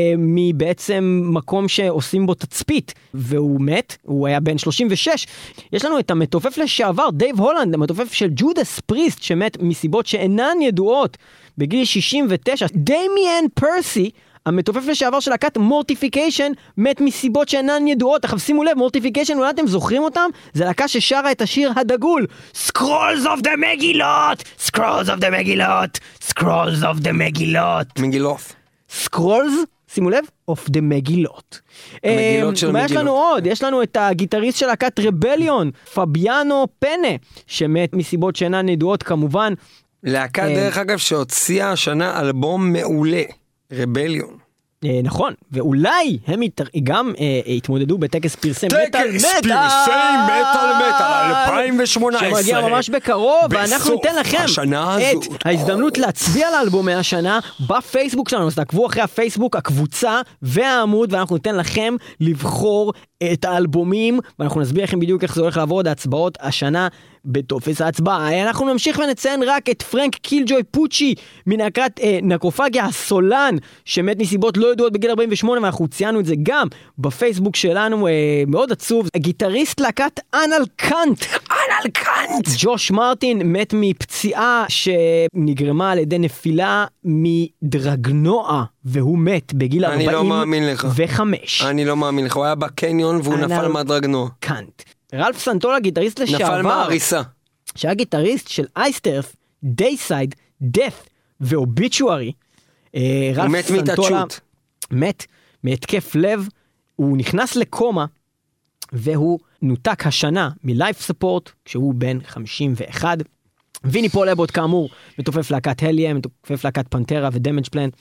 S2: מבעצם מקום שעושים בו תצפית, והוא מת, הוא היה בן 36. יש לנו את המתופף לשעבר, דייב הולנד, המתופף של ג'ודס פריסט, שמת מסיבות שאינן ידועות בגיל 69. דמיאן פרסי, המתופף לשעבר של להקת מורטיפיקיישן, מת מסיבות שאינן ידועות. עכשיו שימו לב, מורטיפיקיישן, אולי אתם זוכרים אותם? זה להקה ששרה את השיר הדגול, Scrolls of the מגילות, Scrolls of the מגילות, Scrolls of the מגילות.
S1: מגילות.
S2: Scrolls, שימו לב, of the מגילות.
S1: המגילות של
S2: מה
S1: המגילות.
S2: יש לנו עוד? יש לנו את הגיטריסט של להקת רבליון, פביאנו פנה, שמת מסיבות שאינן ידועות כמובן.
S1: להקה דרך אגב שהוציאה השנה אלבום מעולה, רבליון.
S2: נכון, ואולי הם גם התמודדו בטקס פרסי מטל מטל.
S1: טקס פרסי מטל מטל 2018.
S2: שמגיע ממש בקרוב, ואנחנו ניתן לכם את ההזדמנות להצביע על אלבומי השנה בפייסבוק שלנו, אז תעקבו אחרי הפייסבוק, הקבוצה והעמוד, ואנחנו ניתן לכם לבחור את האלבומים, ואנחנו נסביר לכם בדיוק איך זה הולך לעבוד, ההצבעות השנה בטופס ההצבעה. אנחנו נמשיך ונציין רק את פרנק קילג'וי פוצ'י מנקרת נקרופגיה הסולן, שמת מסיבות לא ידועות בגיל 48, ואנחנו ציינו את זה גם בפייסבוק שלנו, מאוד עצוב. הגיטריסט להקת אנל קאנט, ג'וש מרטין, מת מפציעה שנגרמה על ידי נפילה מדרגנוע, והוא מת בגיל 45.
S1: אני לא מאמין לך. אני לא מאמין לך, הוא היה בקניון והוא נפל מהדרגנוע.
S2: קאנט. רלף סנטולה, גיטריסט לשעבר.
S1: נפל מהריסה.
S2: שהיה גיטריסט של אייסטרף, דייסייד, דף ואוביצ'וארי.
S1: הוא מת מתעצשות.
S2: מת מהתקף לב, הוא נכנס לקומה, והוא נותק השנה מלייף ספורט, כשהוא בן 51. ויני פול אבוט כאמור, מתופף להקת הליה, מתופף להקת פנטרה ודמג' פלנט,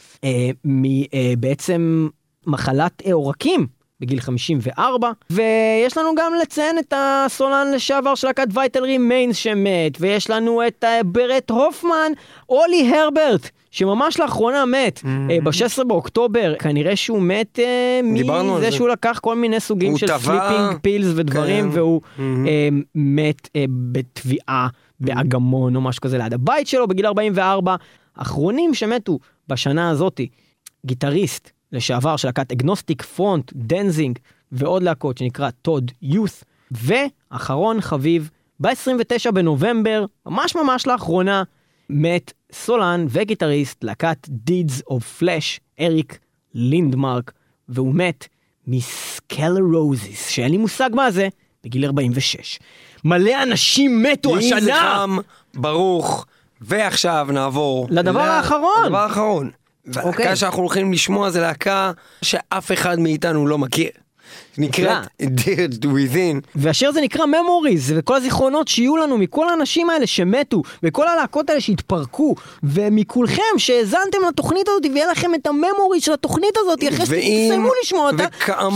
S2: בעצם מחלת עורקים בגיל 54, ויש לנו גם לציין את הסולן לשעבר של להקת וייטל רימיינס שמת, ויש לנו את ברט הופמן, אולי הרברט, שממש לאחרונה מת, ב-16 באוקטובר, כנראה שהוא מת מזה שהוא לקח כל מיני סוגים של סליפינג פילס ודברים, והוא מת בתביעה באגמון או משהו כזה ליד הבית שלו בגיל 44. האחרונים שמתו בשנה הזאת, גיטריסט לשעבר של להקת אגנוסטיק פרונט, דנזינג ועוד להקות שנקרא טוד יות', ואחרון חביב ב-29 בנובמבר, ממש לאחרונה, מת סולן וגיטריסט להקת דידס אוף פלאש, אריק לינדמרק, והוא מת מסקלרוזיס, שאין לי מושג מה זה, בגיל 46. מלא אנשים מתו השנה.
S1: יהי זכרם ברוך, ועכשיו נעבור
S2: לדבר האחרון.
S1: והלהקה שאנחנו הולכים לשמוע זה להקה שאף אחד מאיתנו לא מכיר. נקראת Dirt Within.
S2: והשיר זה נקרא Memories, וכל הזיכרונות שיהיו לנו מכל האנשים האלה שמתו, וכל הלהקות האלה שהתפרקו, ומכולכם שהזנתם לתוכנית הזאת, ויהיה לכם את הממוריז של התוכנית הזאת, אחרי שתסיימו לשמוע אותה,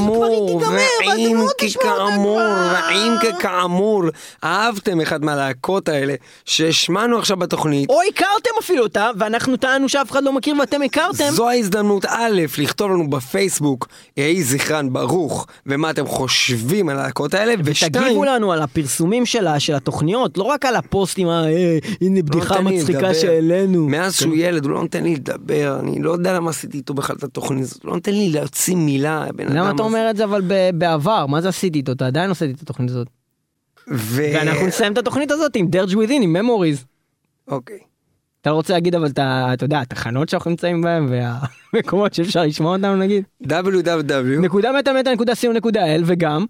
S1: ואם ככאמור, אהבתם אחד מהלהקות האלה, שהשמענו עכשיו בתוכנית,
S2: או הכרתם אפילו אותה, ואנחנו טענו שאף אחד לא מכיר ואתם הכרתם,
S1: זו ההזדמנות א' לכתוב לנו בפייסבוק, יהי זכרן ברוך, ומה אתם חושבים על הלהקות האלה,
S2: ותגיבו לנו על הפרסומים של התוכניות, לא רק על הפוסטים, הנה בדיחה מצחיקה שאלינו.
S1: מאז שהוא ילד, הוא לא נותן לי לדבר, אני לא יודע למה עשיתי איתו בכלל את התוכנית הזאת, לא נותן לי להוציא מילה.
S2: למה אתה אומר את זה אבל בעבר? מה זה עשיתי איתו? אתה עדיין עשיתי את התוכנית הזאת. ואנחנו נסיים את התוכנית הזאת עם Dirt Within, עם Memories.
S1: אוקיי.
S2: אתה לא רוצה להגיד אבל אתה יודע, התחנות שאנחנו נמצאים בהם והמקומות שאפשר לשמוע אותם נגיד? www.metalmetal.co.il וגם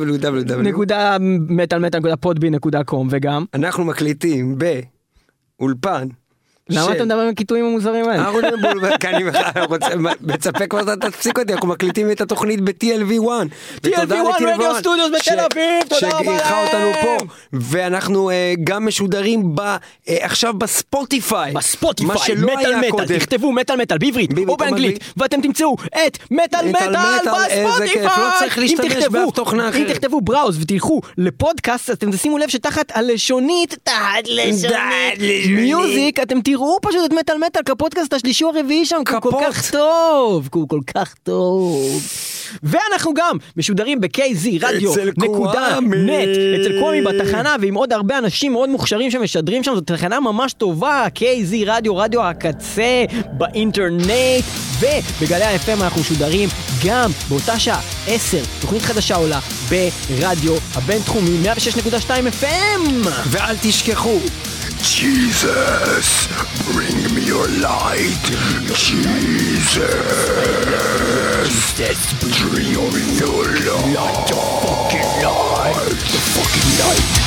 S2: www.metalmetal.podbean.com וגם
S1: אנחנו מקליטים באולפן.
S2: למה אתה מדבר עם הכיתויים המוזרים האלה?
S1: כי אני מצפה כבר אתה תפסיק אותי, אנחנו מקליטים את התוכנית ב-TLV1.
S2: TLV1 רדיו סטודיוס בתל אביב, תודה רבה להם.
S1: שגיחה אותנו פה, ואנחנו גם משודרים עכשיו בספוטיפיי.
S2: בספוטיפיי, מטל מטל, תכתבו מטל מטל בעברית או באנגלית, ואתם תמצאו את מטל מטל בספוטיפיי.
S1: לא צריך להשתמש באף תוכנה אחרת.
S2: אם תכתבו בראוז ותלכו לפודקאסט, אתם תשימו לב שתחת הלשונית, מיוזיק, אתם תראו פשוט את מטל מטל כפודקאסט השלישי הרביעי שם, כי הוא כל כך טוב, ואנחנו גם משודרים ב-KZ רדיו נקודה נט אצל קומי בתחנה, ועם עוד הרבה אנשים מאוד מוכשרים שמשדרים שם, זאת תחנה ממש טובה, KZ רדיו הקצה באינטרנט, ובגלי ה-FM אנחנו משודרים גם באותה שעה 10, תוכנית חדשה עולה ברדיו הבינתחומי 106.2 FM,
S1: ואל תשכחו,
S3: Jesus, bring me your light. Jesus, bring me your light. The fucking light.